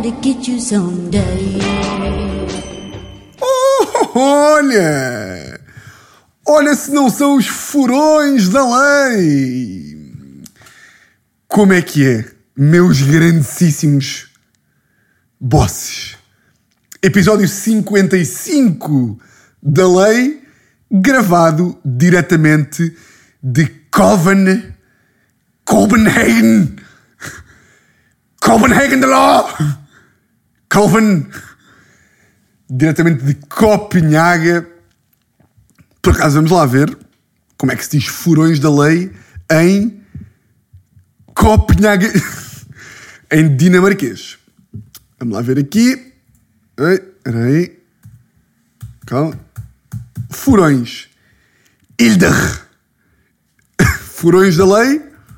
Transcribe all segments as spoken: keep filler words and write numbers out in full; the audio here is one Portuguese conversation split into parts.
to get you someday. Oh, olha! Olha se não são os furões da lei! Como é que é, meus grandíssimos bosses? Episódio cinquenta e cinco da lei, gravado diretamente de Coven... Copenhagen! Copenhagen the Law! Coven... Diretamente de Copenhaga. Por acaso, vamos lá ver como é que se diz furões da lei em Copenhaga, em dinamarquês. Vamos lá ver aqui. Espera aí. Calma. Furões. Ilder. Furões da lei.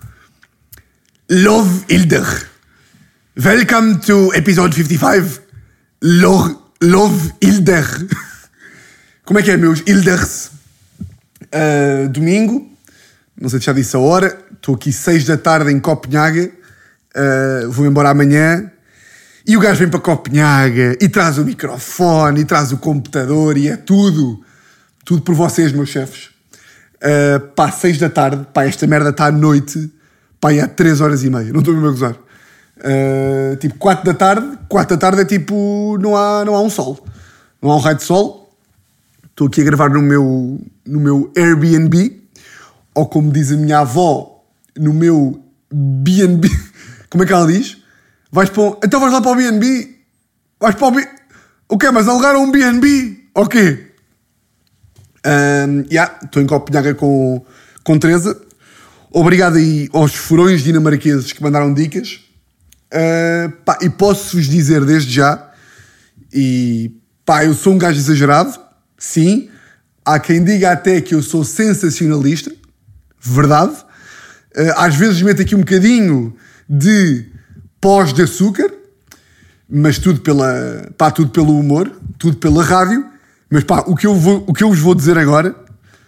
Love Ilder. Welcome to episode fifty-five. Love, love Ilder. Como é que é, meus Ilders? Uh, domingo. Não sei se já disse a hora. Estou aqui seis da tarde em Copenhaga. Uh, vou embora amanhã. E o gajo vem para Copenhaga e traz o microfone e traz o computador e é tudo. Tudo por vocês, meus chefes. Uh, pá, seis da tarde. Pá, esta merda está à noite. Pá, e há três horas e meia. Não estou mesmo a gozar. Uh, tipo, quatro da tarde. quatro da tarde é tipo... Não há, não há um sol. Não há um raio de sol. Estou aqui a gravar no meu, no meu Airbnb. Ou como diz a minha avó, no meu B and B. Como é que ela diz? Vais para um... Então vais lá para o B and B? Vais para o B... O quê? Mas alugaram um B and B? O quê? Um, yeah, estou em Copenhaga com, com Teresa. Obrigado aí aos furões dinamarqueses que mandaram dicas. Uh, pá, e posso-vos dizer desde já, e pá, eu sou um gajo exagerado, sim. Há quem diga até que eu sou sensacionalista. Verdade. Uh, às vezes meto aqui um bocadinho de pós de açúcar, mas tudo, pela, pá, tudo pelo humor, tudo pela rádio. Mas pá, o que eu, vou, o que eu vos vou dizer agora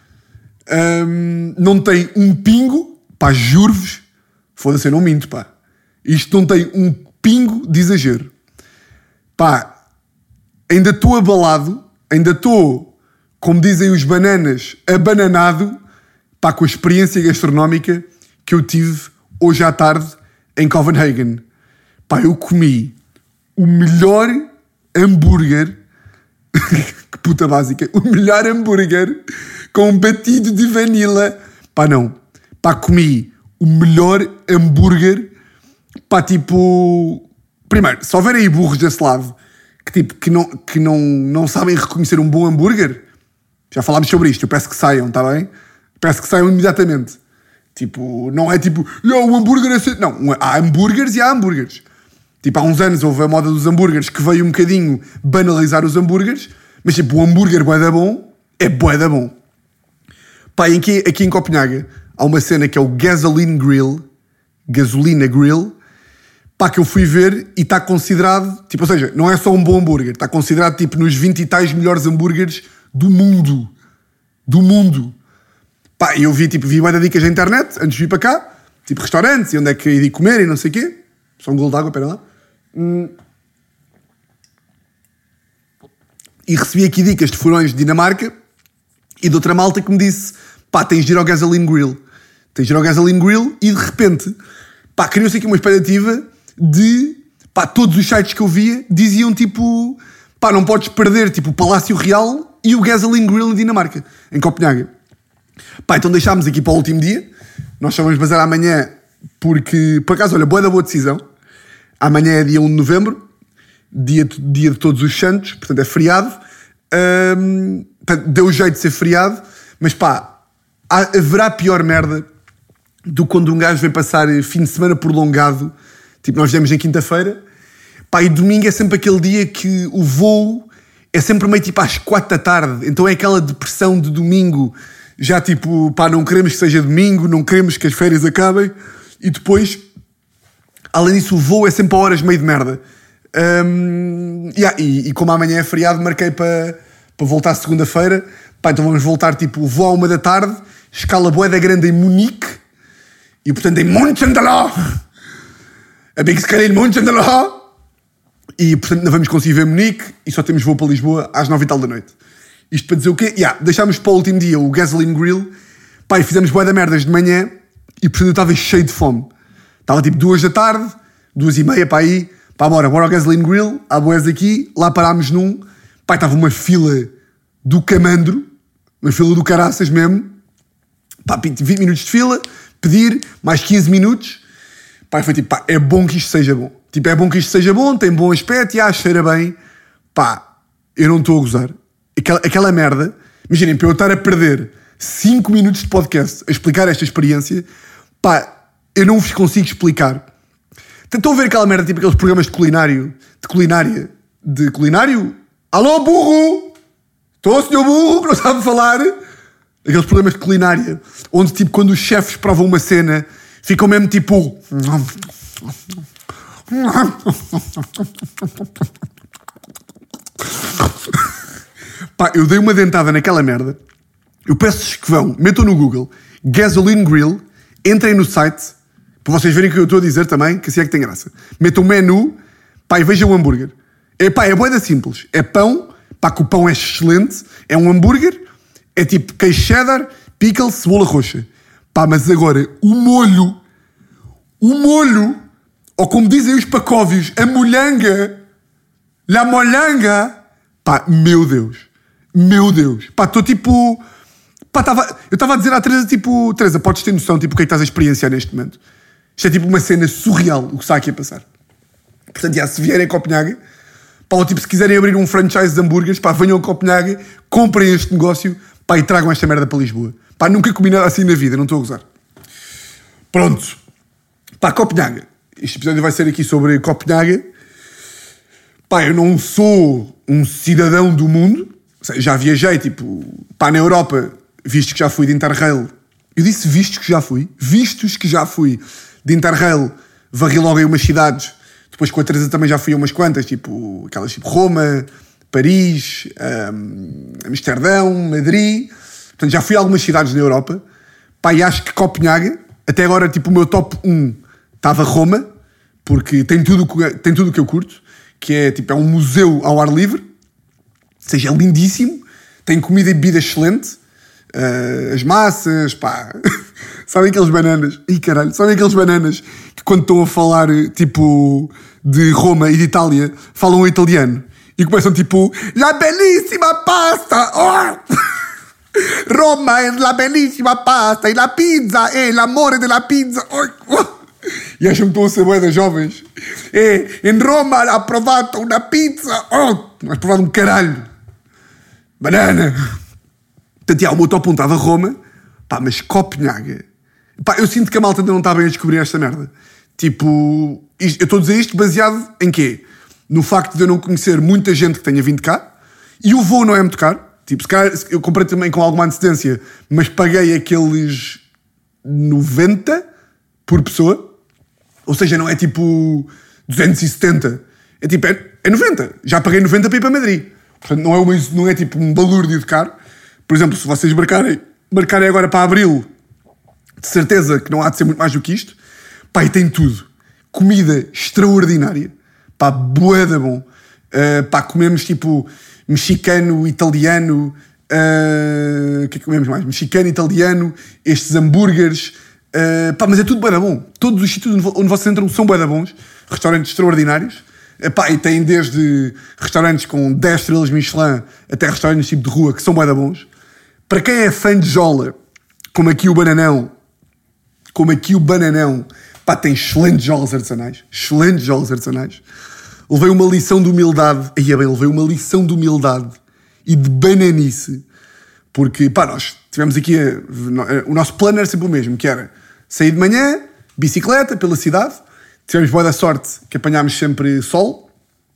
um, não tem um pingo, pá, juro-vos, foda-se, eu não minto, pá. Isto não tem um pingo de exagero. Pá, ainda estou abalado, ainda estou, como dizem os bananas, abananado, pá, com a experiência gastronómica que eu tive hoje à tarde em Copenhagen. Pá, eu comi o melhor hambúrguer, que puta básica, o melhor hambúrguer com batido de vanila. Pá, não. Pá, comi o melhor hambúrguer, pá, tipo... Primeiro, se houver aí burros desse lado que, tipo, que, não, que não, não sabem reconhecer um bom hambúrguer, já falámos sobre isto, eu peço que saiam, está bem? Peço que saiam imediatamente. Tipo, não é tipo, o hambúrguer é... Não, há hambúrgueres e há hambúrgueres. Tipo, há uns anos houve a moda dos hambúrgueres que veio um bocadinho banalizar os hambúrgueres, mas tipo, o hambúrguer bué da bom é bué da bom. Pá, aqui, aqui em Copenhaga há uma cena que é o Gasoline Grill, Gasolina Grill, pá, que eu fui ver e está considerado, tipo, ou seja, não é só um bom hambúrguer, está considerado tipo nos vinte e tais melhores hambúrgueres do mundo. Do mundo. Pá, eu vi, tipo, vi bué de dicas na internet antes de vir para cá, tipo restaurantes e onde é que ia de comer e não sei o quê. Só um golo de água, pera lá. Hum. E recebi aqui dicas de furões de Dinamarca e de outra malta que me disse, pá, tens de ir ao Gasoline Grill. Tens de ir ao Gasoline Grill e de repente, pá, criou-se aqui uma expectativa de, pá, todos os sites que eu via diziam tipo, pá, não podes perder tipo o Palácio Real e o Gasoline Grill em Dinamarca, em Copenhaga. Pá, então deixámos aqui para o último dia. Nós só vamos bazar amanhã porque, por acaso, olha, boa da boa decisão. Amanhã é dia um de novembro, dia, dia de todos os santos, portanto é feriado. Um, portanto, deu jeito de ser feriado, mas pá, haverá pior merda do que quando um gajo vem passar fim de semana prolongado. Tipo, nós viemos em quinta-feira, pá, e domingo é sempre aquele dia que o voo é sempre meio tipo às quatro da tarde, então é aquela depressão de domingo, já tipo, pá, não queremos que seja domingo, não queremos que as férias acabem, e depois, além disso, o voo é sempre a horas meio de merda. Um, yeah, e, e como amanhã é feriado, marquei para, para voltar segunda-feira, pá, então vamos voltar tipo, o voo à uma da tarde, escala bué da grande em Munique, e portanto em München da lá, a big scale em München da lá, E, portanto, não vamos conseguir ver Munique e só temos voo para Lisboa às nove e tal da noite. Isto para dizer o quê? Yeah, deixámos para o último dia o Gasoline Grill. Pá, e fizemos bué da merdas de manhã e, portanto, eu estava cheio de fome. Estava tipo duas da tarde, duas e meia para aí. Pá, bora, bora ao Gasoline Grill. Há boés aqui. Lá parámos num. Pá, estava uma fila do camandro. Uma fila do caraças mesmo. Pá, vinte minutos de fila. Pedir, mais quinze minutos. Pá, foi tipo, pá, é bom que isto seja bom. Tipo, é bom que isto seja bom, tem bom aspecto e ah, cheira bem. Pá, eu não estou a gozar. Aquela, aquela merda, imaginem, para eu estar a perder cinco minutos de podcast a explicar esta experiência, pá, eu não vos consigo explicar. Estão a ver aquela merda, tipo aqueles programas de culinário, de culinária, de culinário? Alô, burro! Estou, senhor burro, que não sabe falar. Aqueles programas de culinária, onde, tipo, quando os chefes provam uma cena, ficam mesmo, tipo... Pá, eu dei uma dentada naquela merda. Eu peço-vos que vão, metam no Google Gasoline Grill, entrem no site, para vocês verem o que eu estou a dizer também, que assim é que tem graça. Metam o menu, pá, e vejam o hambúrguer. É, pá, é bué simples. É pão, pá, que o pão é excelente. É um hambúrguer, é tipo queijo cheddar, pickle, cebola roxa. Pá, mas agora, o molho, o molho, ou como dizem os pacóvios, a molhanga, la molhanga, pá, meu Deus, meu Deus. Pá, estou tipo... Pá, tava, eu estava a dizer à Teresa, tipo... Teresa, podes ter noção, tipo, o que é que estás a experienciar neste momento? Isto é tipo uma cena surreal, o que está aqui a passar. Portanto, já, se vierem a Copenhague, pá, ou, tipo, se quiserem abrir um franchise de hambúrgueres, pá, venham a Copenhague, comprem este negócio, pá, e tragam esta merda para Lisboa. Pá, nunca comi nada assim na vida, não estou a gozar. Pronto. Pá, Copenhague. Este episódio vai ser aqui sobre Copenhague. Pá, eu não sou um cidadão do mundo. Já viajei, tipo, pá, na Europa, visto que já fui de Interrail. Eu disse vistos que já fui. Vistos que já fui de Interrail. Varri logo aí umas cidades. Depois com a Teresa também já fui a umas quantas, tipo, aquelas tipo Roma, Paris, um, Amsterdão, Madrid. Portanto, já fui a algumas cidades na Europa. Pá, e acho que Copenhague, até agora, tipo, o meu top um estava Roma, porque tem tudo tem tudo o que eu curto, que é, tipo, é um museu ao ar livre, ou seja, é lindíssimo, tem comida e bebida excelente, uh, as massas, pá, sabem aqueles bananas, ih caralho, sabem aqueles bananas que quando estão a falar, tipo, de Roma e de Itália, falam italiano, e começam, tipo, la bellissima pasta, oh! Roma è la bellissima pasta, e la pizza è l'amore della pizza, oh! Oh! E acham que estão a ser bué das jovens. É, em Roma ha provato uma pizza. Oh, has provado um caralho. Banana. Portanto, já, o meu top um estava Roma. Pá, mas Copenhague. Pá, eu sinto que a malta ainda não está bem a descobrir esta merda. Tipo, isto, eu estou a dizer isto baseado em quê? No facto de eu não conhecer muita gente que tenha vindo cá. E o voo não é muito caro. Tipo, se calhar, eu comprei também com alguma antecedência, mas paguei aqueles noventa por pessoa. Ou seja, não é tipo duzentos e setenta. É tipo, é, é noventa. Já paguei noventa para ir para Madrid. Portanto, não é, uma, não é tipo um balúrdio de caro. Por exemplo, se vocês marcarem, marcarem agora para abril, de certeza que não há de ser muito mais do que isto. Pá, e tem tudo. Comida extraordinária. Pá, bué da bom. Uh, pá, comemos tipo mexicano, italiano. O uh, que é que comemos mais? Mexicano, italiano. Estes hambúrgueres. Uh, pá, mas é tudo bué da bom. Todos os sítios onde vocês entram são bué da bons. Restaurantes extraordinários. Uh, pá, e tem desde restaurantes com dez estrelas Michelin até restaurantes tipo de rua que são bué da bons. Para quem é fã de jola, como aqui o Bananão, como aqui o Bananão, pá, tem excelentes jolas artesanais. Excelentes jolas artesanais. Levei uma lição de humildade. Aí é bem, levei uma lição de humildade e de bananice. Porque, pá, nós tivemos aqui... A, o nosso plano era sempre o mesmo, que era sair de manhã, bicicleta pela cidade. Tivemos boa da sorte que apanhámos sempre sol.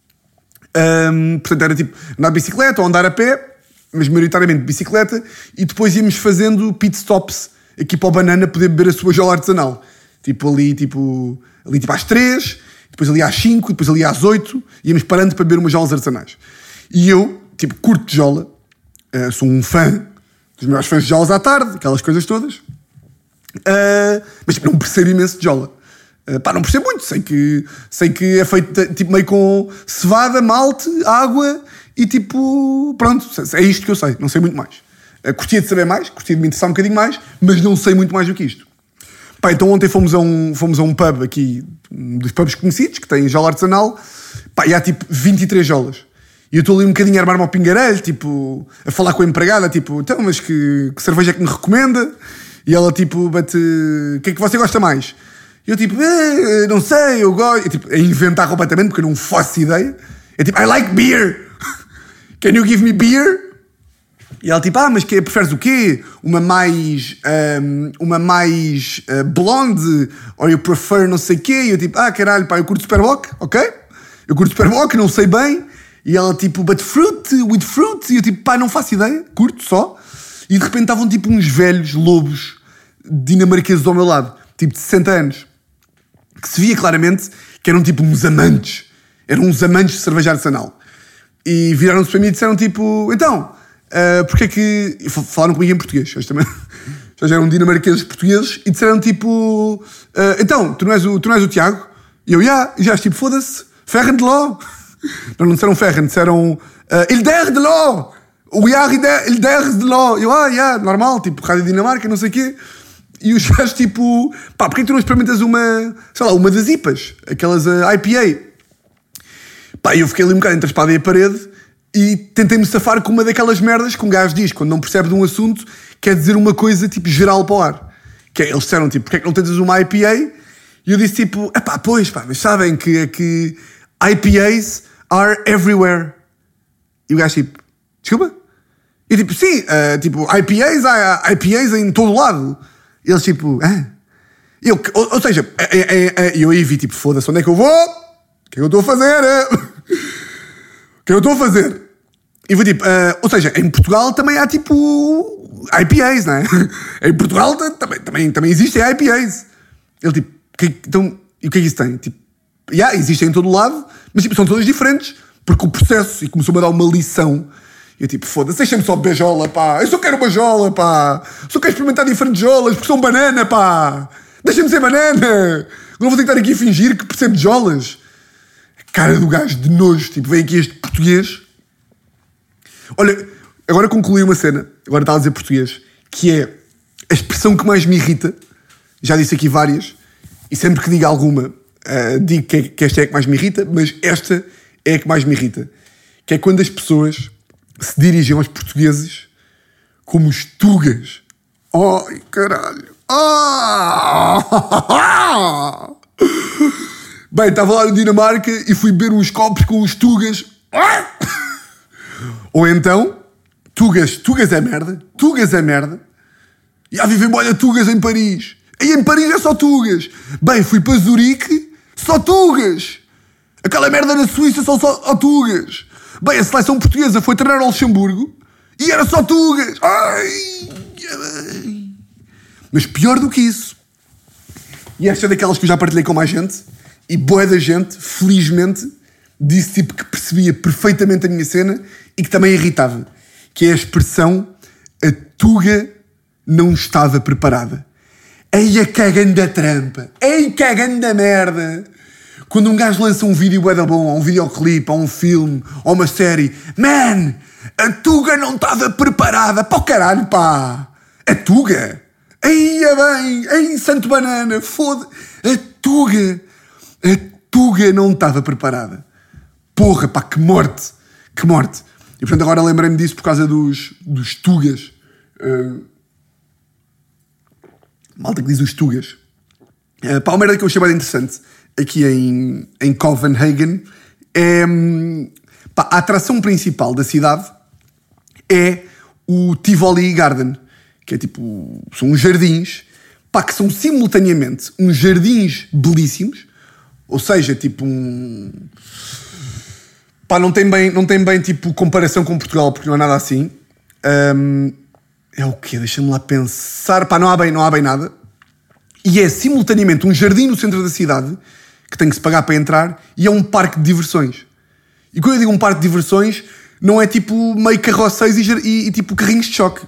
Um, portanto, era tipo andar de bicicleta ou andar a pé, mas maioritariamente de bicicleta. E depois íamos fazendo pit stops aqui para o Banana poder beber a sua jola artesanal. Tipo ali, tipo, ali tipo às três, depois ali às cinco, depois ali às oito. Íamos parando para beber umas jolas artesanais. E eu, tipo, curto de jola. Uh, sou um fã dos meus fãs de jolas à tarde, aquelas coisas todas. Uh, mas tipo, não percebo imenso de jola. Uh, pá, não percebo muito. Sei que, sei que é feito tipo, meio com cevada, malte, água e tipo... Pronto, é isto que eu sei. Não sei muito mais. Uh, curtia de saber mais, curtia de me interessar um bocadinho mais, mas não sei muito mais do que isto. Pá, então ontem fomos a um, fomos a um pub aqui, um dos pubs conhecidos, que tem jola artesanal. Pá, e há tipo vinte e três jolas. E eu estou ali um bocadinho a armar-me ao pingarelho, tipo, a falar com a empregada, tipo, então, mas que, que cerveja é que me recomenda? E ela, tipo, bate, o que é que você gosta mais? E eu, tipo, eh, não sei, eu gosto. E, tipo, a inventar completamente, porque eu não faço ideia. É tipo, I like beer. Can you give me beer? E ela, tipo, ah, mas que, preferes o quê? Uma mais, um, uma mais uh, blonde? Ou you prefer não sei o quê? E eu, tipo, ah, caralho, pá, eu curto Superboc, ok? Eu curto Superboc, não sei bem. E ela tipo, but fruit, with fruit. E eu tipo, pá, não faço ideia, curto só. E de repente estavam tipo uns velhos lobos dinamarqueses ao meu lado, tipo de sessenta anos, que se via claramente que eram tipo uns amantes. Eram uns amantes de cerveja artesanal. E viraram-se para mim e disseram tipo, então, uh, porque é que... E falaram comigo em português, eles também... Já eram dinamarqueses portugueses e disseram tipo, uh, então, tu não, és o, tu não és o Tiago? E eu, já, yeah. E já tipo, foda-se, ferra de ló. Não, não disseram Ferren, disseram uh, Hilder de Ló! We are Hilder de Ló! Eu, ah, yeah, normal, tipo, Rádio Dinamarca, não sei o quê. E os gajos, tipo, pá, porquê tu não experimentas uma, sei lá, uma das I P As? Aquelas uh, I P A. Pá, eu fiquei ali um bocado entre a espada e a parede e tentei-me safar com uma daquelas merdas que um gajo diz, quando não percebe de um assunto, quer dizer uma coisa, tipo, geral para o ar. Que é, eles disseram, tipo, porquê é que não tentas uma I P A? E eu disse, tipo, epá, pois, pá, mas sabem que é que I P As are everywhere. E o gajo tipo, desculpa? E tipo, sim, uh, tipo, I P As, há I P As em todo lado. E eles tipo, ah. Eu, ou, ou seja, é, é, é, eu aí vi tipo, foda-se, onde é que eu vou? O que é que eu estou a fazer? O que é que eu estou a fazer? E vou tipo, uh, ou seja, em Portugal também há tipo I P As, não é? Em Portugal também, também, também existem I P As. Ele tipo, que, então, e o que é que isso tem? Tipo, yeah, existem em todo o lado, mas tipo, são todas diferentes, porque o processo, e começou-me a dar uma lição, e eu tipo, foda-se, deixa-me só beber jola, pá, eu só quero uma jola, pá, só quero experimentar diferentes jolas, porque são banana, pá, deixa-me ser banana, não vou ter que estar aqui a fingir que percebo de jolas. A cara do gajo de nojo, tipo, vem aqui este português. Olha, agora concluí uma cena, agora estava a dizer português, que é a expressão que mais me irrita, já disse aqui várias, e sempre que digo alguma, Uh, digo que, é, que esta é a que mais me irrita, mas esta é a que mais me irrita, que é quando as pessoas se dirigem aos portugueses como os tugas. Ai, caralho. Ah! Bem, estava lá no Dinamarca e fui beber uns copos com os tugas. Ou então, tugas, tugas é merda, tugas é merda. E há vivem bolha tugas em Paris. E em Paris é só tugas. Bem, fui para Zurique, só tugas. Aquela merda na Suíça são só tugas. Bem, a seleção portuguesa foi treinar ao Luxemburgo e era só tugas. Ai, ai. Mas pior do que isso, e esta é daquelas que eu já partilhei com mais gente, e boa da gente, felizmente, disse tipo que percebia perfeitamente a minha cena e que também irritava, que é a expressão a tuga não estava preparada. Ei, a cagando da trampa. Ei, cagando da merda. Quando um gajo lança um vídeo bué da bom, ou um videoclipe, ou um filme, ou uma série, man, a tuga não estava preparada. Para o caralho, pá. A tuga. Ei, é bem. Ei, santo banana. Foda. A tuga. A tuga não estava preparada. Porra, pá, que morte. Que morte. E portanto agora lembrei-me disso por causa dos, dos tugas. Uh, malta que diz os tugas. Uh, pá, uma merda que eu achei bem interessante aqui em, em Copenhagen é... Pá, a atração principal da cidade é o Tivoli Garden, que é tipo... São uns jardins, pá, que são simultaneamente uns jardins belíssimos, ou seja, tipo um... Pá, não tem bem, não tem bem tipo comparação com Portugal, porque não é nada assim. Um, é o quê? Deixa-me lá pensar. Pá, não há bem, não há bem nada. E é simultaneamente um jardim no centro da cidade, que tem que se pagar para entrar, e é um parque de diversões. E quando eu digo um parque de diversões, não é tipo meio carroceiros e, e, e tipo carrinhos de choque.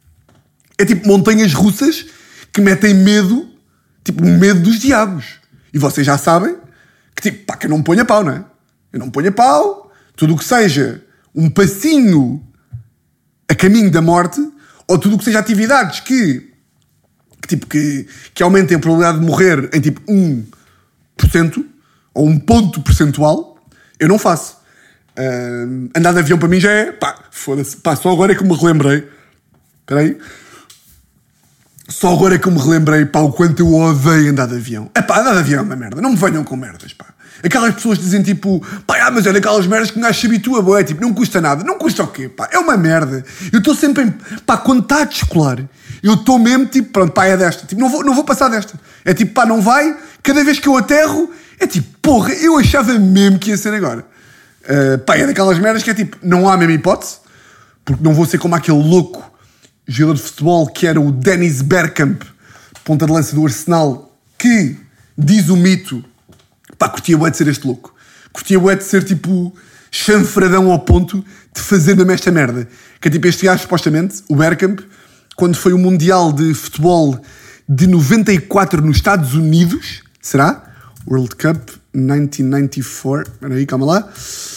É tipo montanhas russas que metem medo, tipo medo dos diabos. E E vocês já sabem que, tipo, pá, que eu não me ponho a pau, não é? Eu não me ponho a pau. Tudo o que seja um passinho a caminho da morte, ou tudo o que seja atividades que, que, tipo, que, que aumentem a probabilidade de morrer em, tipo, um por cento, ou um ponto percentual, eu não faço. Uh, andar de avião para mim já é... Pá, foda-se. Pá, só agora é que me relembrei. Espera aí. Só agora é que eu me relembrei, pá, o quanto eu odeio andar de avião. É pá, andar de avião é uma merda. Não me venham com merdas, pá. Aquelas pessoas dizem tipo, pá, ah, mas é daquelas merdas que um gajo se habitua, boé, tipo, não custa nada. Não custa o quê, pá? É uma merda. Eu estou sempre em... Pá, quando está a descolar, eu estou mesmo, tipo, pronto, pá, é desta. Tipo, não vou, não vou passar desta. É tipo, pá, não vai. Cada vez que eu aterro, é tipo, porra, eu achava mesmo que ia ser agora. Uh, pá, é daquelas merdas que é tipo, não há mesmo hipótese, porque não vou ser como aquele louco jogador de futebol que era o Dennis Bergkamp, ponta de lança do Arsenal, que diz o mito, pá, curtia bué de ser este louco. Curtia bué de ser tipo chanfradão ao ponto de fazer mesmo esta merda. Que é tipo este gajo, supostamente, o Bergkamp, quando foi o Mundial de Futebol de noventa e quatro nos Estados Unidos, será? World Cup nineteen ninety-four, espera aí, calma lá.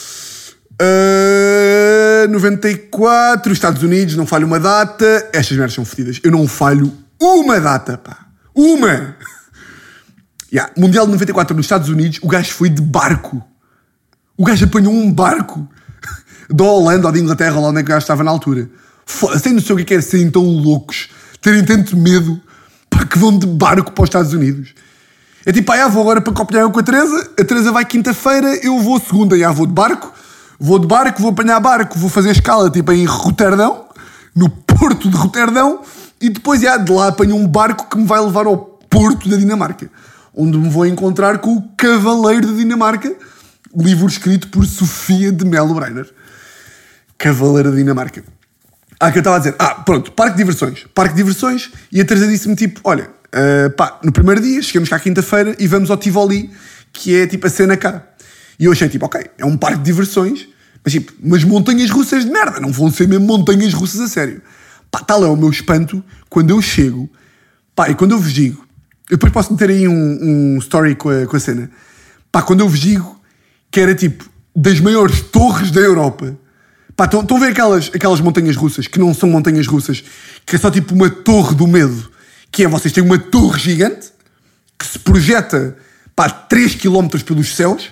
Uh, noventa e quatro, Estados Unidos, não falho uma data. Estas merdas são fodidas. Eu não falho uma data, pá. Uma! Yeah. Mundial de noventa e quatro nos Estados Unidos, o gajo foi de barco. O gajo apanhou um barco da Holanda ou de Inglaterra, ou lá onde é que o gajo estava na altura. Foda-se, tem noção o que é serem tão loucos, terem tanto medo, pá, que vão de barco para os Estados Unidos. É tipo, ah, já vou agora para Copenhague com a Teresa, a Teresa vai quinta-feira, eu vou segunda, já vou de barco, vou de barco, vou apanhar barco, vou fazer escala tipo em Roterdão, no porto de Roterdão, e depois já de lá apanho um barco que me vai levar ao porto da Dinamarca, onde me vou encontrar com o Cavaleiro da Dinamarca, livro escrito por Sofia de Mello Breiner. Cavaleiro da Dinamarca. Ah, que eu estava a dizer, ah, pronto, parque de diversões, parque de diversões, e a Teresa disse-me tipo, olha, uh, pá, no primeiro dia, chegamos cá à quinta-feira e vamos ao Tivoli, que é tipo a cena cá. E eu achei tipo, ok, é um parque de diversões, mas tipo, umas montanhas russas de merda, não vão ser mesmo montanhas russas a sério. Pá, tal é o meu espanto quando eu chego, pá, e quando eu vos digo, eu depois posso meter aí um, um story com a, com a cena, pá, quando eu vos digo que era tipo das maiores torres da Europa. Pá, estão, estão a ver aquelas, aquelas montanhas russas que não são montanhas russas, que é só tipo uma torre do medo, que é, vocês têm uma torre gigante que se projeta, pá, três quilómetros pelos céus,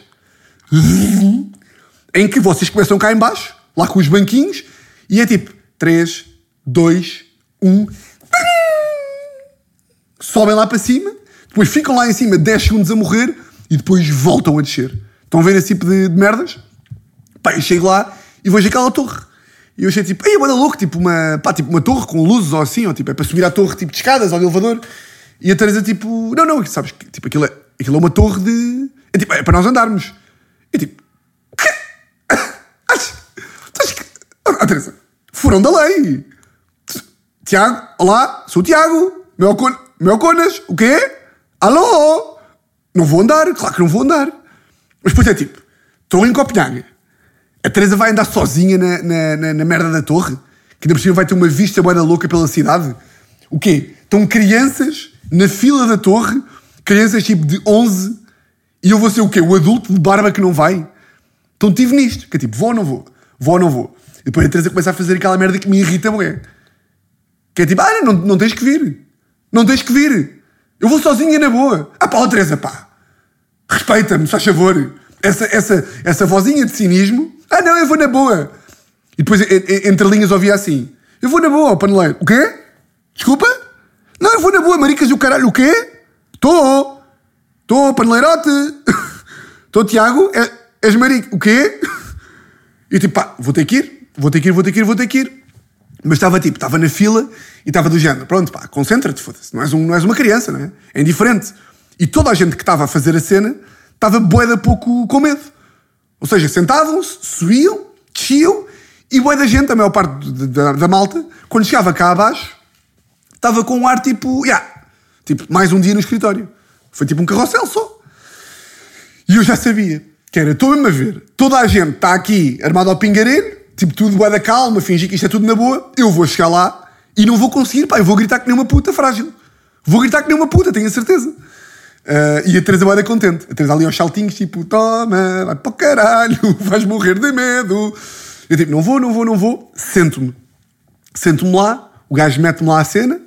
em que vocês começam cá em baixo, lá com os banquinhos, e é tipo três, dois, um, sobem lá para cima, depois ficam lá em cima dez segundos a morrer e depois voltam a descer. Estão a ver esse tipo de, de merdas? Pá, eu chego lá e vejo aquela torre. E eu achei tipo, ei, olha louco, tipo uma, pá, tipo uma torre com luzes ou assim, ou tipo, é para subir à torre tipo de escadas ou de elevador. E a Teresa tipo, não, não, sabes, tipo, aquilo é, aquilo é uma torre de... É, tipo, é para nós andarmos. E tipo, que? Ah, Teresa, foram da lei. Tiago, olá, sou o Tiago, meu, con... meu conas, o quê? Alô? Não vou andar, claro que não vou andar. Mas depois é tipo, estou em Copenhague. A Teresa vai andar sozinha na, na, na, na merda da torre, que ainda por cima vai ter uma vista bué da louca pela cidade. O quê? Estão crianças na fila da torre, crianças tipo de onze, e eu vou ser o quê? O adulto de barba que não vai? Então tive nisto, que é tipo, vou ou não vou? Vou ou não vou? E depois a Teresa começa a fazer aquela merda que me irrita bué. Que é tipo, ah, não, não tens que vir. Não tens que vir. Eu vou sozinha na boa. Ah pá, ó Teresa, pá. Respeita-me, se faz favor. Essa, essa, essa vozinha de cinismo. Ah não, eu vou na boa. E depois, entre linhas, ouvia assim. Eu vou na boa, paneleiro. O quê? Desculpa? Não, eu vou na boa, maricas e o caralho. O quê? Estou. Estou, paneleirote. Estou, Tiago. É, és marico. O quê? E eu tipo, pá, vou ter que ir. Vou ter que ir, vou ter que ir, vou ter que ir. Mas estava tipo, estava na fila e estava do género. Pronto, pá, concentra-te, foda-se. Não és, um, não és uma criança, não é? É indiferente. E toda a gente que estava a fazer a cena estava bué da pouco com medo. Ou seja, sentavam-se, subiam, desciam, e bué da gente, a maior parte da, da malta, quando chegava cá abaixo, estava com um ar tipo, yeah, tipo, mais um dia no escritório. Foi tipo um carrossel só. E eu já sabia que era, estou mesmo a ver, toda a gente está aqui armado ao pingareiro, tipo, tudo bué da calma, fingir que isto é tudo na boa, eu vou chegar lá e não vou conseguir, pá, eu vou gritar que nem uma puta frágil. Vou gritar que nem uma puta, tenho a certeza. Uh, e a Teresa vai contente. A Teresa ali aos saltinhos, tipo, toma, vai para o caralho, vais morrer de medo. Eu tipo, não vou, não vou, não vou. Sento-me. Sento-me lá, o gajo mete-me lá a cena,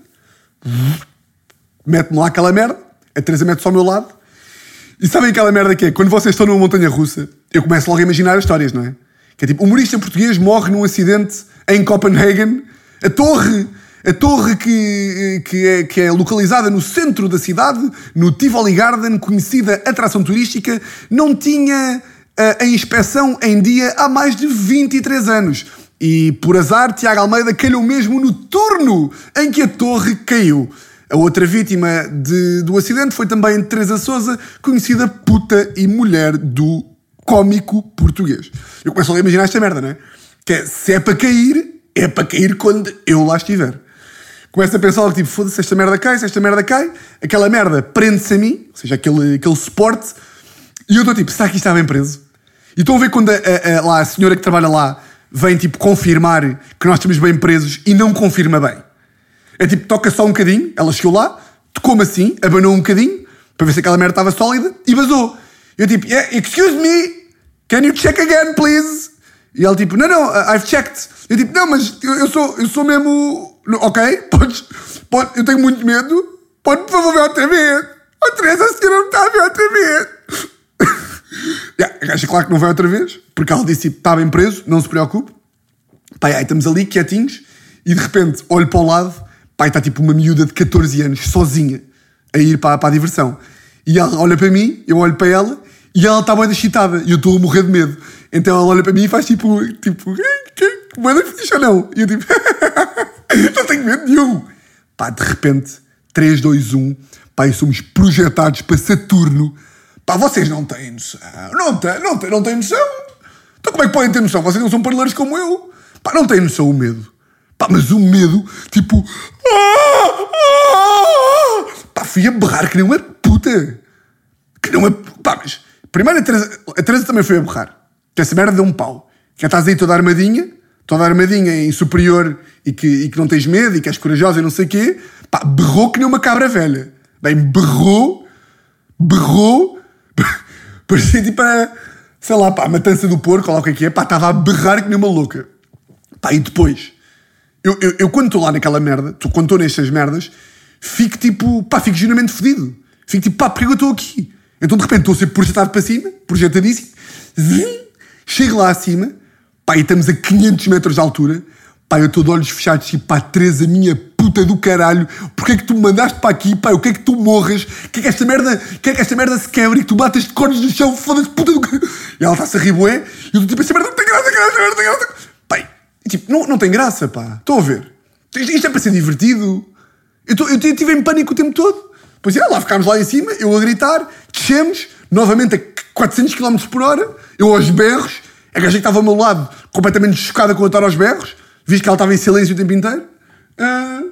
mete-me lá aquela merda, a Teresa mete-se ao meu lado. E sabem aquela merda que é? Quando vocês estão numa montanha russa, eu começo logo a imaginar as histórias, não é? Que é tipo, humorista português morre num acidente em Copenhagen. A torre, a torre que, que, é, que é localizada no centro da cidade, no Tivoli Garden, conhecida atração turística, não tinha a, a inspeção em dia há mais de vinte e três anos. E, por azar, Tiago Almeida calhou mesmo no turno em que a torre caiu. A outra vítima de, do acidente foi também Teresa Sousa, conhecida puta e mulher do cómico português. Eu começo a imaginar esta merda, não é? Que é, se é para cair, é para cair quando eu lá estiver. Começo a pensar logo, tipo, foda-se, esta merda cai, se esta merda cai, aquela merda prende-se a mim, ou seja, aquele, aquele suporte, e eu estou tipo, será que isto está bem preso? E estão a ver quando a, a, a, lá, a senhora que trabalha lá vem, tipo, confirmar que nós estamos bem presos e não confirma bem. É tipo, toca só um bocadinho, ela chegou lá, tocou-me assim, abanou um bocadinho, para ver se aquela merda estava sólida, e vazou. Eu tipo, yeah, excuse me, can you check again, please? E ela tipo, não, não, I've checked. Eu tipo, não, mas eu, eu, sou, eu sou mesmo... Ok, podes, pode, eu tenho muito medo, pode por favor ver outra vez. Oh, Teresa, a senhora não está a ver outra vez. yeah, a gaja, claro que não vai outra vez, porque ela disse, tipo, está bem preso, não se preocupe. Pai, aí estamos ali, quietinhos, e de repente olho para o lado, pai, está tipo uma miúda de catorze anos, sozinha, a ir para, para a diversão. E ela olha para mim, eu olho para ela, e ela está bem excitada, e eu estou a morrer de medo. Então ela olha para mim e faz tipo, tipo, bué da fixe ou não? E eu tipo, não tenho medo nenhum. Pá, de repente, três, dois, um, pá, e somos projetados para Saturno. Pá, vocês não têm noção. Não têm, não têm, não têm noção. Então como é que podem ter noção? Vocês não são parleiros como eu. Pá, não têm noção o medo. Pá, mas o medo, tipo... Pá, fui a berrar que nem uma puta. Que nem uma... Pá, mas... Primeiro a Teresa, a Teresa também foi a berrar. Que essa merda deu um pau. Que estás aí toda armadinha, toda armadinha em superior e que, e que não tens medo e que és corajosa e não sei o quê. Pá, berrou que nem uma cabra velha. Bem, berrou, berrou, parecia tipo a, sei lá, pá, a matança do porco, ou lá o que é que é. Pá, estava a berrar que nem uma louca. Pá, e depois, eu, eu, eu quando estou lá naquela merda, quando estou nestas merdas, fico tipo, pá, fico genuinamente fedido. Fico tipo, pá, porque eu estou aqui? Então de repente estou a ser projetado para cima, projetadíssimo, zim, chego lá acima, pá, e estamos a quinhentos metros de altura, pá, eu estou de olhos fechados, tipo, pá, Teresa, minha puta do caralho, porque é que tu me mandaste para aqui, pá, eu quero que tu morras, que é que esta merda, que é que esta merda se quebre e que tu batas de cornos no chão, foda-se, puta do caralho. E ela está-se a rir, bué, e eu estou tipo, esta merda não tem graça, graça, não tem graça. Pá, e, tipo, não, não tem graça, pá, estão a ver? Isto, isto é para ser divertido. Eu, tô, eu estive em pânico o tempo todo. Pois é, lá ficámos lá em cima, eu a gritar, descemos, novamente a quatrocentos quilómetros por hora, eu aos berros, a gaja que estava ao meu lado, completamente chocada com eu estar aos berros, visto que ela estava em silêncio o tempo inteiro. Uh...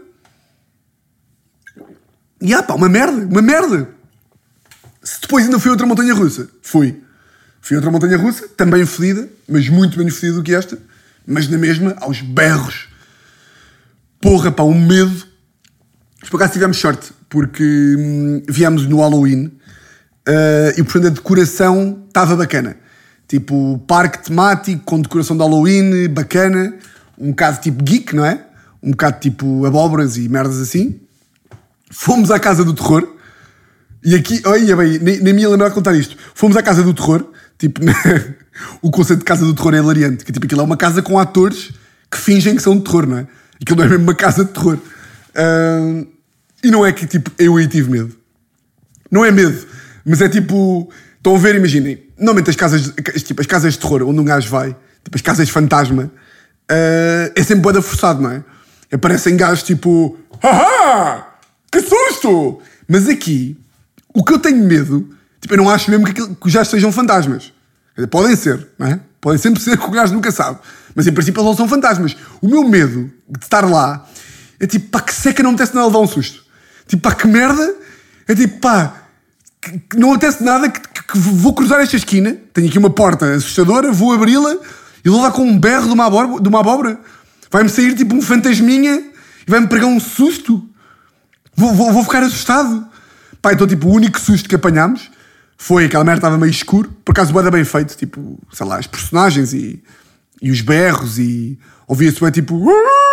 E ah pá, uma merda, uma merda. Se depois ainda fui outra montanha russa, fui. Fui outra montanha russa, também fedida, mas muito menos fedida do que esta, mas na mesma, aos berros. Porra, pá, um medo. Mas por acaso tivemos sorte, porque hum, viemos no Halloween uh, e portanto a decoração estava bacana. Tipo, parque temático com decoração de Halloween, bacana, um bocado tipo geek, não é? Um bocado tipo abóboras e merdas assim. Fomos à Casa do Terror, e aqui, olha bem, nem, nem me ia lembrar de contar isto. Fomos à Casa do Terror, tipo, o conceito de Casa do Terror é hilariante, que tipo, aquilo é uma casa com atores que fingem que são de terror, não é? Aquilo não é mesmo uma casa de terror. Uh, e não é que tipo eu aí tive medo, não é medo, mas é tipo, estão a ver, imaginem, normalmente as casas, tipo, as casas de terror onde um gajo vai, tipo as casas fantasma, uh, é sempre bué forçado, não é? Aparecem gajos tipo, haha, que susto! Mas aqui, o que eu tenho medo, tipo, eu não acho mesmo que, aquilo, que os gajos sejam fantasmas. Podem ser, não é? Podem sempre ser, que o gajo nunca sabe, mas em princípio eles não são fantasmas. O meu medo de estar lá é tipo, pá, que seca não me apetece nada levar um susto. Tipo, pá, que merda. É tipo, pá, que, que não apetece nada, que, que, que vou cruzar esta esquina, tenho aqui uma porta assustadora, vou abri-la e vou lá com um berro de uma abóbora, de uma abóbora. Vai-me sair tipo um fantasminha e vai-me pregar um susto. Vou, vou, vou ficar assustado. Pá, então tipo, o único susto que apanhámos foi aquela merda estava meio escuro, por acaso bué da bem feito, tipo, sei lá, as personagens e, e os berros e ouvia-se bué tipo...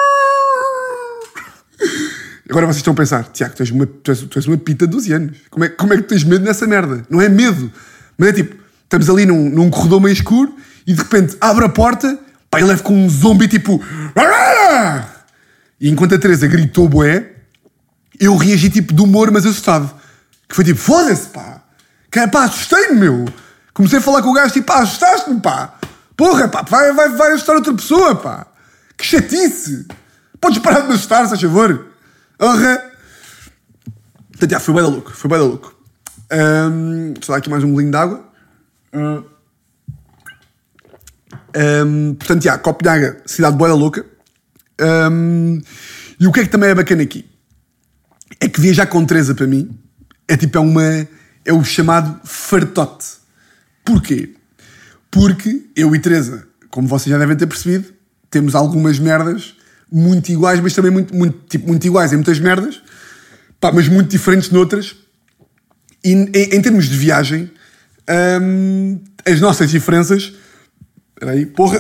Agora vocês estão a pensar, Tiago, tu és uma, tu és, tu és uma pita de doze anos, como é, como é que tu tens medo nessa merda? Não é medo, mas é tipo, estamos ali num, num corredor meio escuro e de repente abre a porta, pá, e leva com um zombie tipo... E enquanto a Teresa gritou bué, eu reagi tipo de humor, mas assustado. Que foi tipo, foda-se, pá. Que, pá, assustei-me, meu. Comecei a falar com o gajo, tipo, pá, assustaste-me, pá. Porra, pá, vai, vai, vai assustar outra pessoa, pá. Que chatice. Podes parar de me assustar, se faz favor. Porra. Portanto, já, foi bué da louco, foi bué da louco. Um, só dar aqui mais um golinho de água. Um, um, portanto, já, Copenhaga, cidade bué da louca. Um, e o que é que também é bacana aqui? É que viajar com Teresa para mim é tipo, é uma... é o chamado fartote. Porquê? Porque eu e Teresa, como vocês já devem ter percebido, temos algumas merdas muito iguais, mas também muito, muito, tipo, muito iguais em muitas merdas, pá, mas muito diferentes noutras. E em, em termos de viagem, hum, as nossas diferenças... Espera aí, porra...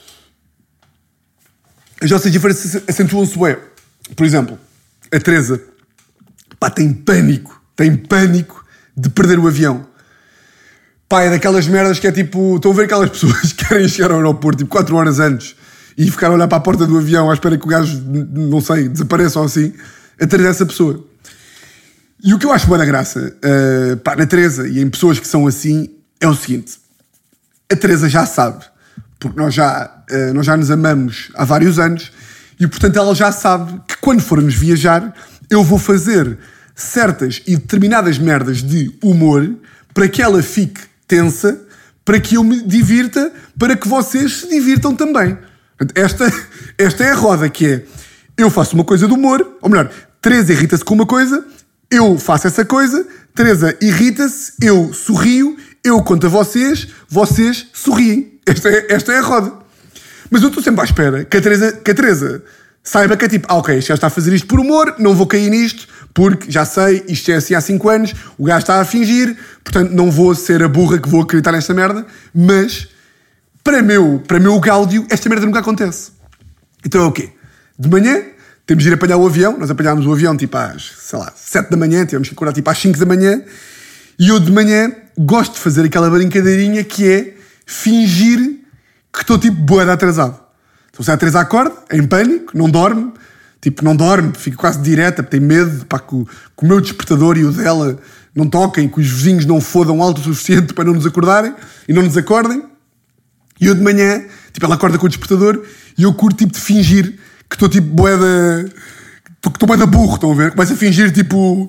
As nossas diferenças acentuam-se bem. Por exemplo, a Teresa, pá, tem pânico, tem pânico de perder o avião. Pá, é daquelas merdas que é tipo... Estão a ver aquelas pessoas que querem chegar ao aeroporto tipo quatro horas antes e ficar a olhar para a porta do avião à espera que o gajo, não sei, desapareça ou assim. A Teresa é essa pessoa. E o que eu acho boa da graça, uh, pá, na Teresa e em pessoas que são assim, é o seguinte. A Teresa já sabe, porque nós já, uh, nós já nos amamos há vários anos e, portanto, ela já sabe que quando formos viajar, eu vou fazer certas e determinadas merdas de humor para que ela fique tensa, para que eu me divirta, para que vocês se divirtam também. Esta, esta é a roda, que é, eu faço uma coisa de humor, ou melhor, Teresa irrita-se com uma coisa, eu faço essa coisa, Teresa irrita-se, eu sorrio, eu conto a vocês, vocês sorriem. Esta é, esta é a roda. Mas eu estou sempre à espera que a Teresa, que a Teresa saiba que é tipo, ah, ok, já está a fazer isto por humor, não vou cair nisto, porque já sei, isto é assim há cinco anos, o gajo está a fingir, portanto não vou ser a burra que vou acreditar nesta merda, mas para meu, para meu gáudio, esta merda nunca acontece. Então é o quê? De manhã, temos de ir apanhar o avião, nós apanhámos o avião tipo às, sei lá, sete da manhã, tivemos que acordar tipo às cinco da manhã, e eu de manhã gosto de fazer aquela brincadeirinha que é fingir que estou tipo boa atrasado. Então se a Teresa acorda, em pânico, não dorme, tipo não dorme, fica quase direta, porque tem medo, pá, que, o, que o meu despertador e o dela não toquem, que os vizinhos não fodam alto o suficiente para não nos acordarem e não nos acordem. E eu de manhã, tipo, ela acorda com o despertador e eu curto tipo de fingir que estou tipo bué da... que estou bué da burro, estão a ver? Começo a fingir tipo...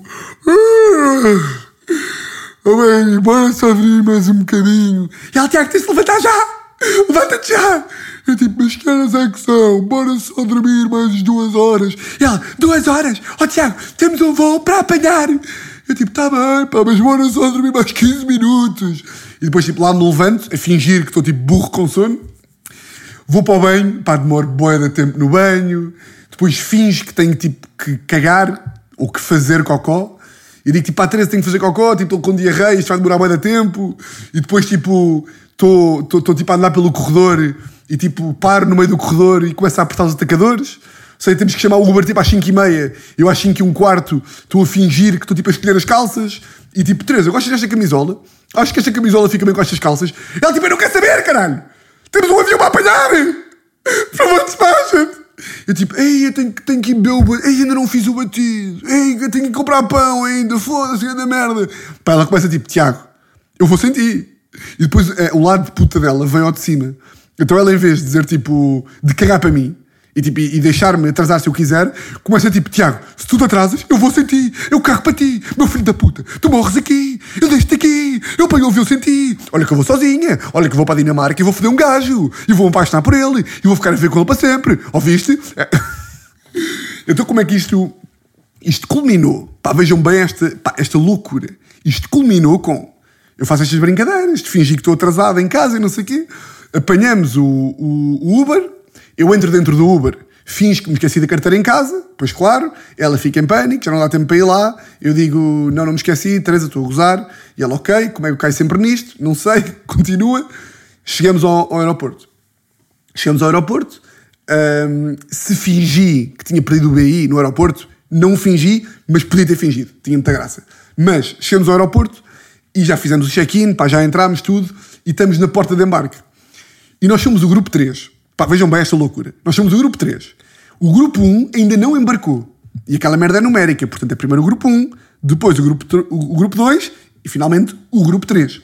Oh bem, bora só dormir mais um bocadinho. E ela, Tiago, tens de levantar já! Levanta-te já! Eu tipo, mas que horas é que são? Bora só dormir mais duas horas. E ela, duas horas? Oh Tiago, temos um voo para apanhar. Eu tipo, tá bem, pá, mas bora só dormir mais quinze minutos. E depois tipo, lá me levanto a fingir que estou tipo burro com sono. Vou para o banho, pá, demoro bué de tempo no banho. Depois finjo que tenho tipo que cagar ou que fazer cocó. E digo tipo, pá, Teresa, tenho que fazer cocó, tipo, estou com diarreia, isto vai demorar bué de tempo. E depois tipo, estou tipo a andar pelo corredor e tipo, paro no meio do corredor e começo a apertar os atacadores. Sei, temos que chamar o Uber tipo às cinco e meia. Eu às cinco e um quarto estou a fingir que estou tipo a escolher as calças. E tipo, Teresa, gostas desta camisola? Acho que esta camisola fica bem com estas calças. Ela tipo, eu não quero saber, caralho! Temos um avião para apanhar! Por favor, despacha-te! Eu tipo, ei, eu tenho, tenho que ir beber o batido. Ei, ainda não fiz o batido. Ei, eu tenho que comprar pão ainda. Foda-se, da merda. Pá, ela começa tipo, Tiago, eu vou sem ti. E depois é, o lado de puta dela vem ao de cima. Então ela, em vez de dizer tipo, de cagar para mim e, tipo, e deixar-me atrasar se eu quiser, começa tipo, Tiago, se tu te atrasas, eu vou sem ti. Eu carro para ti. Meu filho da puta, tu morres aqui. Eu deixo-te aqui. Eu ponho o avião sem ti. Olha que eu vou sozinha. Olha que eu vou para a Dinamarca e vou foder um gajo. E vou me apaixonar por ele. E vou ficar a ver com ele para sempre. Ouviste? É. Então como é que isto... Isto culminou? Pá, vejam bem esta, pá, esta loucura. Isto culminou com... Eu faço estas brincadeiras de fingir que estou atrasado em casa e não sei o quê. Apanhamos o, o, o Uber. Eu entro dentro do Uber. finge que me esqueci da carteira em casa, pois claro, ela fica em pânico, já não dá tempo para ir lá, eu digo, não, não me esqueci, Teresa, estou a gozar, e ela, ok, como é que eu caio sempre nisto? Não sei, continua. Chegamos ao, ao aeroporto. Chegamos ao aeroporto, um, se fingi que tinha perdido o B I no aeroporto, não fingi, mas podia ter fingido, tinha muita graça. Mas chegamos ao aeroporto e já fizemos o check-in, pá, já entramos tudo, e estamos na porta de embarque. E nós somos o grupo três. Pá, vejam bem esta loucura. Nós somos o grupo três. O grupo um ainda não embarcou. E aquela merda é numérica. Portanto, é primeiro o grupo um, depois o grupo, o grupo dois e, finalmente, o grupo três.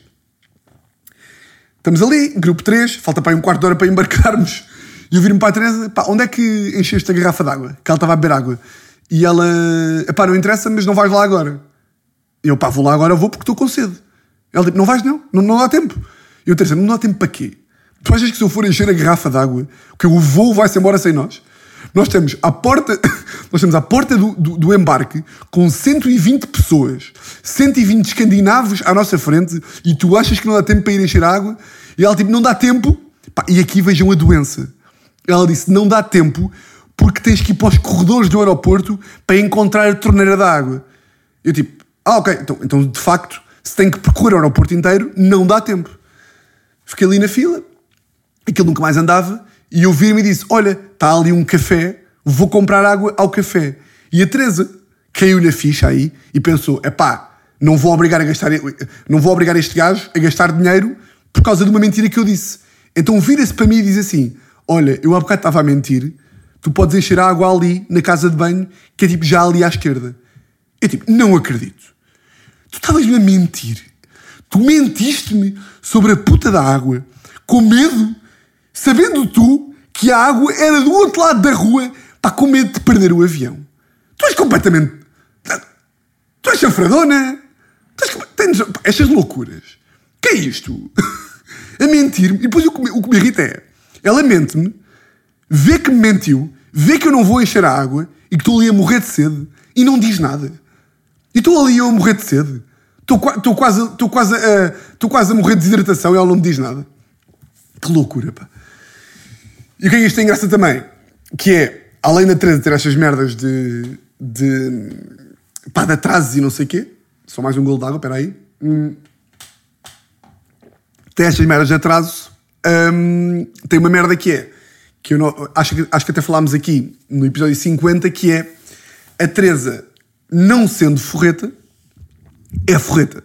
Estamos ali, grupo três, falta para aí um quarto de hora para embarcarmos. E eu viro-me para a Teresa, pá, onde é que encheste a garrafa de água? Que ela estava a beber água. E ela, pá, não interessa, mas não vais lá agora. E eu, pá, vou lá agora, vou porque estou com sede. Ela tipo, não vais não, não, não dá tempo. E eu, Teresa, não dá tempo para quê? Tu achas que se eu for encher a garrafa de água, que o voo vai-se embora sem nós? Nós estamos à porta, nós estamos à porta do, do, do embarque com cento e vinte pessoas, cento e vinte escandinavos à nossa frente, e tu achas que não dá tempo para ir encher a água? E ela tipo, não dá tempo. Pá, e aqui vejam a doença. Ela disse, não dá tempo porque tens que ir para os corredores do aeroporto para encontrar a torneira da água. Eu tipo, ah ok, então, então de facto, se tem que percorrer o aeroporto inteiro, não dá tempo. Fiquei ali na fila, aquilo nunca mais andava, e eu vi-me e disse, olha, está ali um café, vou comprar água ao café. E a Teresa caiu na ficha aí e pensou, epá, não vou obrigar a gastar, não vou obrigar este gajo a gastar dinheiro por causa de uma mentira que eu disse. Então vira-se para mim e diz assim, olha, eu há bocado estava a mentir, tu podes encher a água ali, na casa de banho, que é tipo já ali à esquerda. Eu tipo, não acredito. Tu estavas-me a mentir. Tu mentiste-me sobre a puta da água, com medo, sabendo tu que a água era do outro lado da rua, pá, com medo de perder o avião. Tu és completamente... Tu és chafradona. Tu és... Tens... Pá, estas loucuras. Que é isto? A mentir-me. E depois o que, me, o que me irrita é, ela mente-me, vê que me mentiu, vê que eu não vou encher a água e que estou ali a morrer de sede e não diz nada. E estou ali eu a morrer de sede. Estou quase, estou quase, a, estou quase a morrer de desidratação e ela não me diz nada. Que loucura, pá. E o que é que isto tem graça também? Que é, além da Teresa ter estas merdas de... de pá, de atrasos e não sei o quê. Só mais um golo de água, espera aí. Hum. Tem estas merdas de atraso. Hum, tem uma merda que é... que eu não, acho, que, acho que até falámos aqui no episódio cinquenta, que é a Teresa, não sendo forreta, é forreta.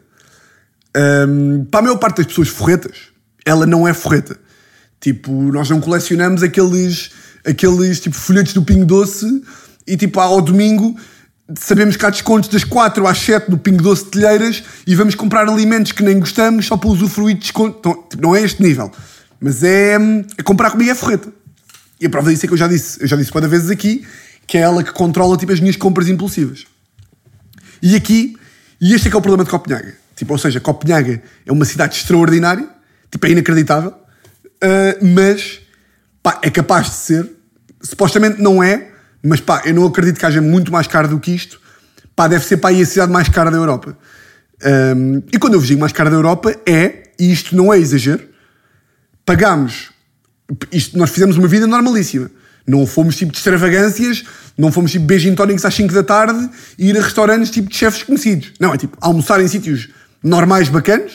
Um, para a maior parte das pessoas forretas, ela não é forreta. Tipo, nós não colecionamos aqueles, aqueles tipo, folhetos do Pingo Doce e tipo, ao domingo sabemos que há descontos das quatro às sete do Pingo Doce de Telheiras e vamos comprar alimentos que nem gostamos só para usufruir de desconto. Então, tipo, não é este nível. Mas é, é comprar comigo é forreta. E a prova disso é que eu já disse, eu já disse várias vezes aqui, que é ela que controla tipo, as minhas compras impulsivas. E aqui, e este é que é o problema de Copenhaga. Tipo, ou seja, Copenhaga é uma cidade extraordinária, tipo, é inacreditável, uh, mas pá, é capaz de ser, supostamente não é, mas pá, eu não acredito que haja muito mais caro do que isto. Pá, deve ser pá, aí a cidade mais cara da Europa. Um, e quando eu vos digo mais cara da Europa, é, e isto não é exagero, pagámos, isto, nós fizemos uma vida normalíssima. Não fomos tipo de extravagâncias, não fomos tipo beijing tónicos às cinco da tarde e ir a restaurantes tipo de chefes conhecidos. Não, é tipo almoçar em sítios normais, bacanos,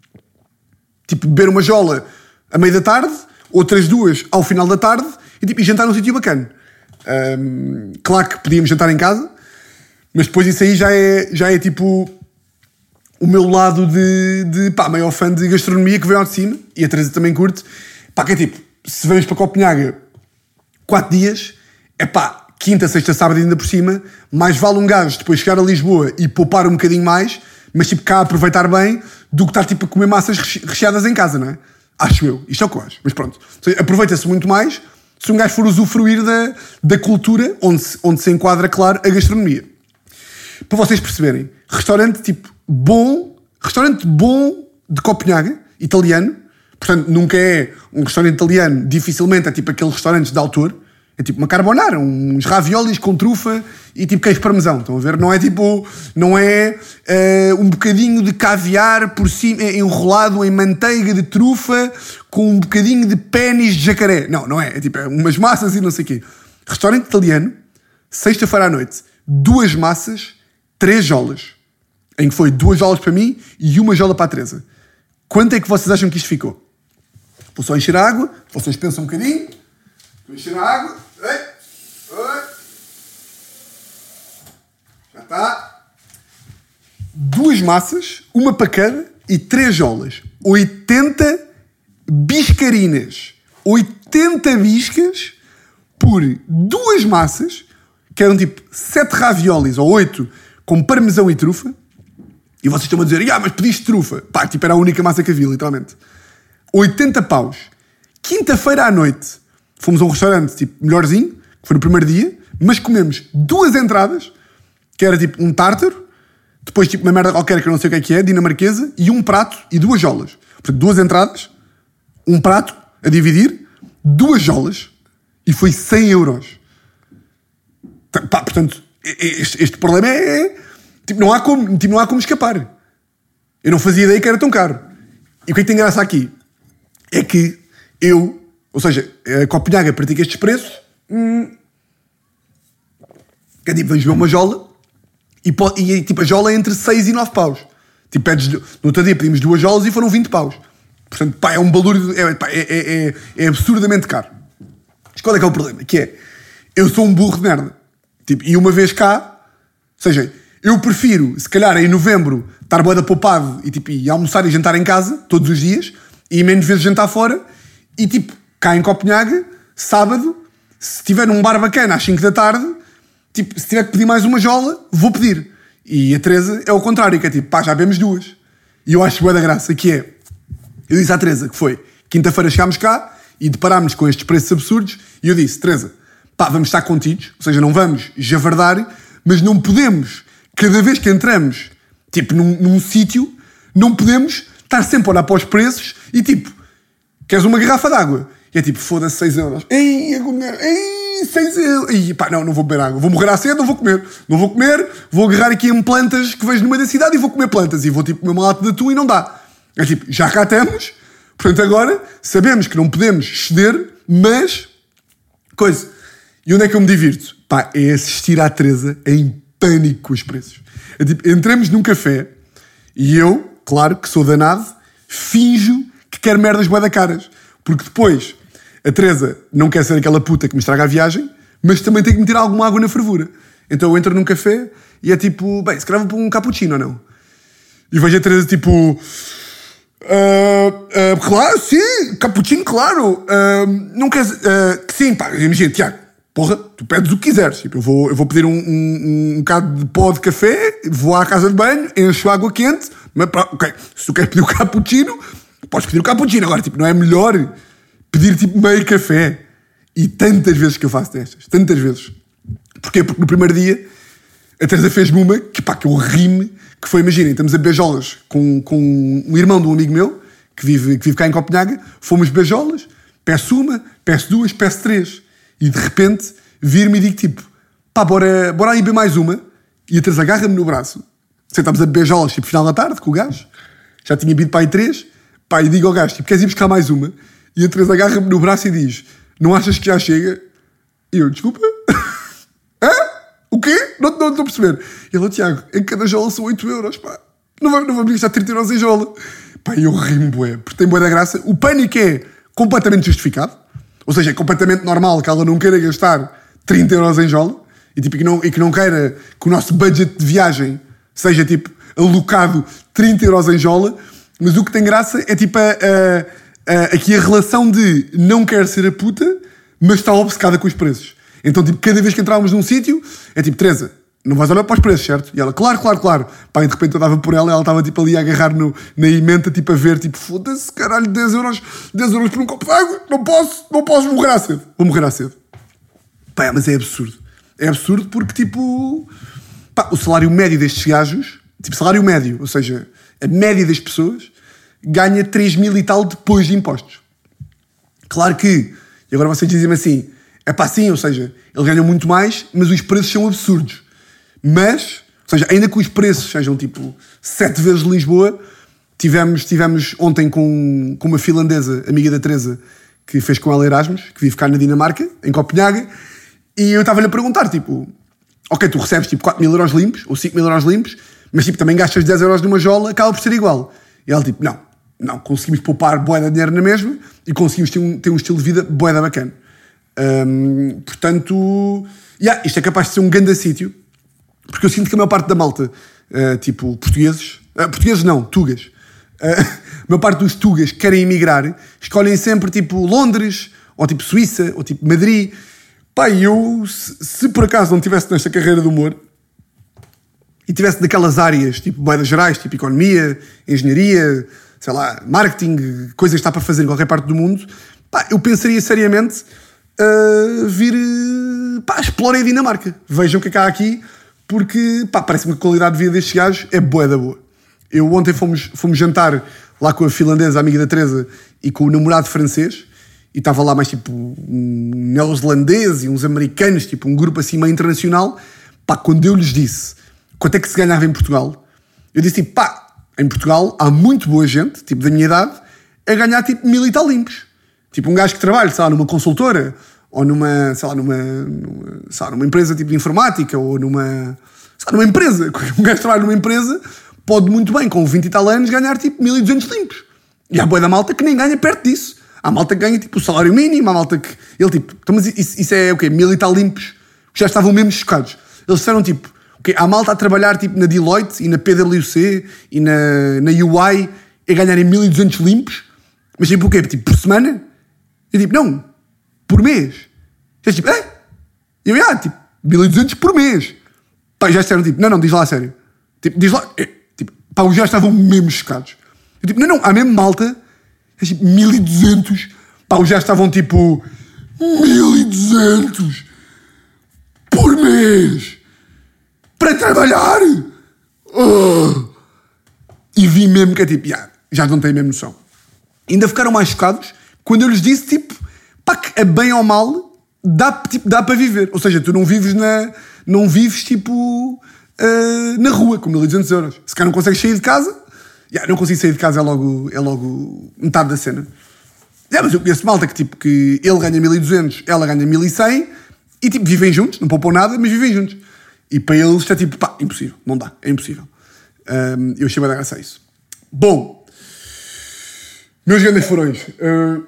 tipo beber uma jola a meio da tarde, outras duas ao final da tarde e, tipo, e jantar num sítio bacana. Um, claro que podíamos jantar em casa, mas depois isso aí já é, já é tipo o meu lado de, de pá, maior fã de gastronomia que vem ao de cima, e a Teresa também curte. Pá, que é tipo, se vamos para Copenhaga quatro dias, é pá, quinta, sexta, sábado ainda por cima, mais vale um gajo depois chegar a Lisboa e poupar um bocadinho mais, mas tipo cá aproveitar bem, do que estar tipo a comer massas recheadas em casa, não é? Acho eu, isto é o que eu acho, mas pronto. Aproveita-se muito mais se um gajo for usufruir da, da cultura onde se, onde se enquadra, claro, a gastronomia. Para vocês perceberem, restaurante tipo bom, restaurante bom de Copenhaga, italiano, portanto nunca é um restaurante italiano, dificilmente é tipo aqueles restaurantes de autor, é tipo uma carbonara, uns raviolis com trufa e tipo queijo parmesão, estão a ver? Não é tipo, não é uh, um bocadinho de caviar por cima, enrolado em manteiga de trufa com um bocadinho de pénis de jacaré. Não, não é, é tipo é umas massas e não sei o quê. Restaurante italiano, sexta-feira à noite, duas massas, três jolas. Em que foi duas jolas para mim e uma jola para a Teresa. Quanto é que vocês acham que isto ficou? Vou só encher a água, vocês pensam um bocadinho. Vou encher a água. Ei, ei. Já está. Duas massas, uma para cada e três jolas. oitenta biscarinas. oitenta biscas por duas massas, que eram tipo sete raviolis ou oito com parmesão e trufa. E vocês estão a dizer, ah, mas pediste trufa. Pá, tipo, era a única massa que havia, literalmente. oitenta paus. Quinta-feira à noite, fomos a um restaurante, tipo, melhorzinho, que foi no primeiro dia, mas comemos duas entradas, que era tipo um tártaro, depois tipo uma merda qualquer que eu não sei o que é que é, dinamarquesa, e um prato e duas jolas. Portanto, duas entradas, um prato a dividir, duas jolas, e foi cem euros. Pá, portanto, este, este problema é... Tipo não, há como, tipo, não há como escapar. Eu não fazia ideia que era tão caro. E o que é que tem graça aqui? É que eu, ou seja, a Copenhaga pratica estes preços, hum, que é tipo, vamos ver uma jola, e, e tipo, a jola é entre seis e nove paus. Tipo, pedes, no outro dia pedimos duas jolas e foram vinte paus. Portanto, pá, é um balúrdio, é, pá, é, é, é, é absurdamente caro. Mas qual é que é o problema? Que é, eu sou um burro de merda. Tipo, e uma vez cá, ou seja... Eu prefiro, se calhar, em novembro, estar bué da poupado e, tipo, e almoçar e jantar em casa, todos os dias, e menos vezes jantar fora, e, tipo, cá em Copenhaga, sábado, se tiver num bar bacana às cinco da tarde, tipo, se tiver que pedir mais uma jola, vou pedir. E a Teresa é o contrário, que é tipo, pá, já bebemos duas. E eu acho bué da graça, que é... Eu disse à Teresa que foi, quinta-feira chegámos cá e deparámos com estes preços absurdos, e eu disse, Teresa, pá, vamos estar contidos, ou seja, não vamos javardar, mas não podemos... Cada vez que entramos, tipo, num, num sítio, não podemos estar sempre a olhar para os preços e, tipo, queres uma garrafa de água? E é tipo, foda-se, seis euros. Ei, ei, seis euros. E pá, não, não vou beber água. Vou morrer à sede, não vou comer. Não vou comer, vou agarrar aqui em plantas que vejo no meio da cidade e vou comer plantas. E vou, tipo, comer uma lata de atum e não dá. É tipo, já cá estamos. Portanto, agora, sabemos que não podemos exceder, mas... Coisa. E onde é que eu me divirto? Pá, é assistir à Teresa em pânico com os preços. É tipo, entramos num café e eu, claro que sou danado, finjo que quero merdas bué da caras. Porque depois a Teresa não quer ser aquela puta que me estraga a viagem, mas também tem que meter alguma água na fervura. Então eu entro num café e é tipo, bem, se calhar vou para um cappuccino ou não? E vejo a Teresa tipo, uh, uh, claro, sim, cappuccino, claro. Uh, não queres, uh, sim, pá, imagina, Tiago, porra, tu pedes o que quiseres. Tipo, eu, vou, eu vou pedir um, um, um bocado de pó de café, vou à casa de banho, encho água quente, mas pá, ok, se tu queres pedir o cappuccino, podes pedir o cappuccino. Agora, tipo, não é melhor pedir tipo meio café? E tantas vezes que eu faço destas, tantas vezes. Porquê? Porque no primeiro dia a Teresa fez-me uma que, pá, que eu ri-me, que foi, imaginem, estamos a beijolas com, com um irmão de um amigo meu, que vive, que vive cá em Copenhaga, fomos beijolas, peço uma, peço duas, peço três. E de repente vir-me e digo tipo, pá, bora, bora aí beber mais uma. E a Teresa agarra-me no braço. Sentámos a beijolas, tipo, final da tarde, com o gajo. Já tinha bebido para aí três. Pá, e digo ao gajo, tipo, queres ir buscar mais uma? E a Teresa agarra-me no braço e diz, não achas que já chega? E eu, desculpa? Hã? O quê? Não estou a perceber. E ele, Tiago, em cada jola são oito euros, pá. Não vamos, não vamos gastar trinta euros em jola. Pá, e eu ri-me, bué, porque tem bué da graça. O pânico é completamente justificado. Ou seja, é completamente normal que ela não queira gastar trinta euros em jola e, tipo, que não, e que não queira que o nosso budget de viagem seja, tipo, alocado trinta euros em jola. Mas o que tem graça é, tipo, a, a, a, aqui a relação de não quer ser a puta, mas está obcecada com os preços. Então, tipo, cada vez que entrávamos num sítio, é tipo, Teresa, não vais olhar para os preços, certo? E ela, claro, claro, claro. Pá, e de repente eu dava por ela e ela estava, tipo, ali a agarrar no, na emenda, tipo, a ver, tipo, foda-se, caralho, dez euros, dez euros por um copo de água, não posso, não posso morrer à sede. Vou morrer à sede. Pá, mas é absurdo. É absurdo porque, tipo, pá, o salário médio destes gajos, tipo, salário médio, ou seja, a média das pessoas, ganha três mil e tal depois de impostos. Claro que, e agora vocês dizem-me assim, é pá, sim, ou seja, eles ganham muito mais, mas os preços são absurdos. Mas, ou seja, ainda que os preços sejam tipo sete vezes Lisboa, tivemos, tivemos ontem com, com uma finlandesa, amiga da Teresa, que fez com ela Erasmus, que vive cá na Dinamarca, em Copenhaga, E eu estava-lhe a perguntar, tipo, ok, tu recebes tipo quatro mil euros limpos, ou cinco mil euros limpos, mas tipo, também gastas dez euros numa jola, acaba por ser igual. E ela tipo, não, não, conseguimos poupar bué de dinheiro na mesma e conseguimos ter um, ter um estilo de vida bué da bacana. Um, portanto, yeah, isto é capaz de ser um grande sítio, porque eu sinto que a maior parte da malta, uh, tipo, portugueses, uh, portugueses não, tugas, uh, a maior parte dos tugas que querem emigrar, escolhem sempre tipo Londres, ou tipo Suíça, ou tipo Madrid. Pá, eu, se, se por acaso não estivesse nesta carreira de humor e estivesse naquelas áreas, tipo boedas gerais, tipo economia, engenharia, sei lá, marketing, coisas que está para fazer em qualquer parte do mundo, pá, eu pensaria seriamente uh, vir, pá, explorem a Dinamarca. Vejam o que é que há aqui, porque, pá, parece-me que a qualidade de vida destes gajos é bué da boa. Eu ontem fomos, fomos jantar lá com a finlandesa, a amiga da Teresa, e com o namorado francês, e estava lá mais tipo um neozelandês e uns americanos, tipo um grupo assim meio internacional. Pá, quando eu lhes disse quanto é que se ganhava em Portugal, eu disse tipo, pá, em Portugal há muito boa gente, tipo da minha idade, a ganhar tipo mil e tal limpos. Tipo um gajo que trabalha, sei lá, numa consultora, ou numa, sei lá, numa, numa, sei lá, numa empresa tipo de informática, ou numa, sei lá, numa empresa. Um gajo que trabalha numa empresa pode muito bem, com vinte e tal anos, ganhar tipo mil e duzentos limpos. E há boa da malta que nem ganha perto disso. Há malta que ganha tipo o salário mínimo, há malta que... Ele tipo, então, mas isso, isso é o quê? Mil e tal limpos? Que já estavam mesmo chocados. Eles disseram tipo, okay, há malta a trabalhar tipo na Deloitte e na P W C e na, na U I a ganharem mil e duzentos limpos, mas tipo o quê? Tipo por semana? Eu tipo, não, por mês. Já tipo, é? Eu, ah, tipo, mil e duzentos por mês. Pá, já disseram tipo, não, não, diz lá a sério. Tipo, diz lá, é, tipo, pá, os já estavam mesmo chocados. Eu tipo, não, não, há mesmo malta... Tipo, mil e duzentos. Pá, os já estavam tipo... mil e duzentos por mês. Para trabalhar. Oh. E vi mesmo que é tipo... Yeah, já não tenho mesmo noção. Ainda ficaram mais chocados quando eu lhes disse tipo... Pá, que a bem ou mal dá, tipo, dá para viver. Ou seja, tu não vives na... Não vives tipo... Uh, na rua com mil e duzentos euros. Se calhar não consegues sair de casa... Yeah, não consigo sair de casa, é logo, é logo metade da cena. Yeah, mas eu conheço malta que, tipo, que ele ganha mil e duzentos, ela ganha mil e cem e tipo, vivem juntos, não poupam nada, mas vivem juntos. E para eles está tipo, pá, impossível, não dá, é impossível. Um, eu achei bem graça a isso. Bom, meus grandes furões, uh,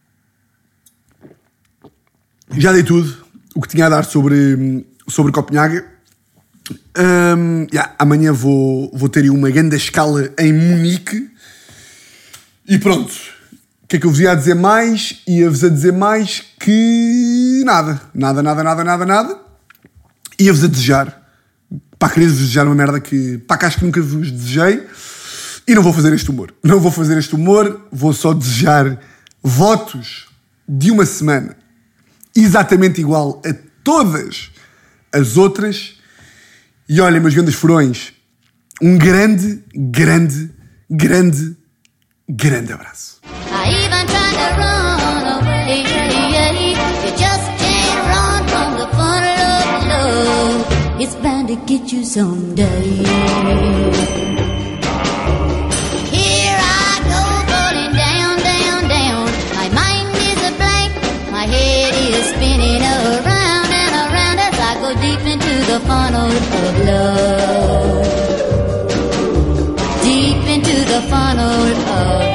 já dei tudo o que tinha a dar sobre, sobre Copenhague. Um, yeah, amanhã vou, vou ter uma grande escala em Munique e pronto. O que é que eu vos ia dizer mais? Ia-vos a dizer mais que nada, nada, nada, nada, nada, nada. Ia-vos a desejar, pá, queria-vos desejar uma merda que, pá, que acho que nunca vos desejei e não vou fazer este humor. Não vou fazer este humor, vou só desejar votos de uma semana exatamente igual a todas as outras. E olhem, meus grandes furões, um grande, grande, grande, grande abraço. It's bound to get you someday. Here I go, falling down, down, down. My mind is a blank, my head is spinning around and around as I go deep into the funnel of love. Deep into the funnel of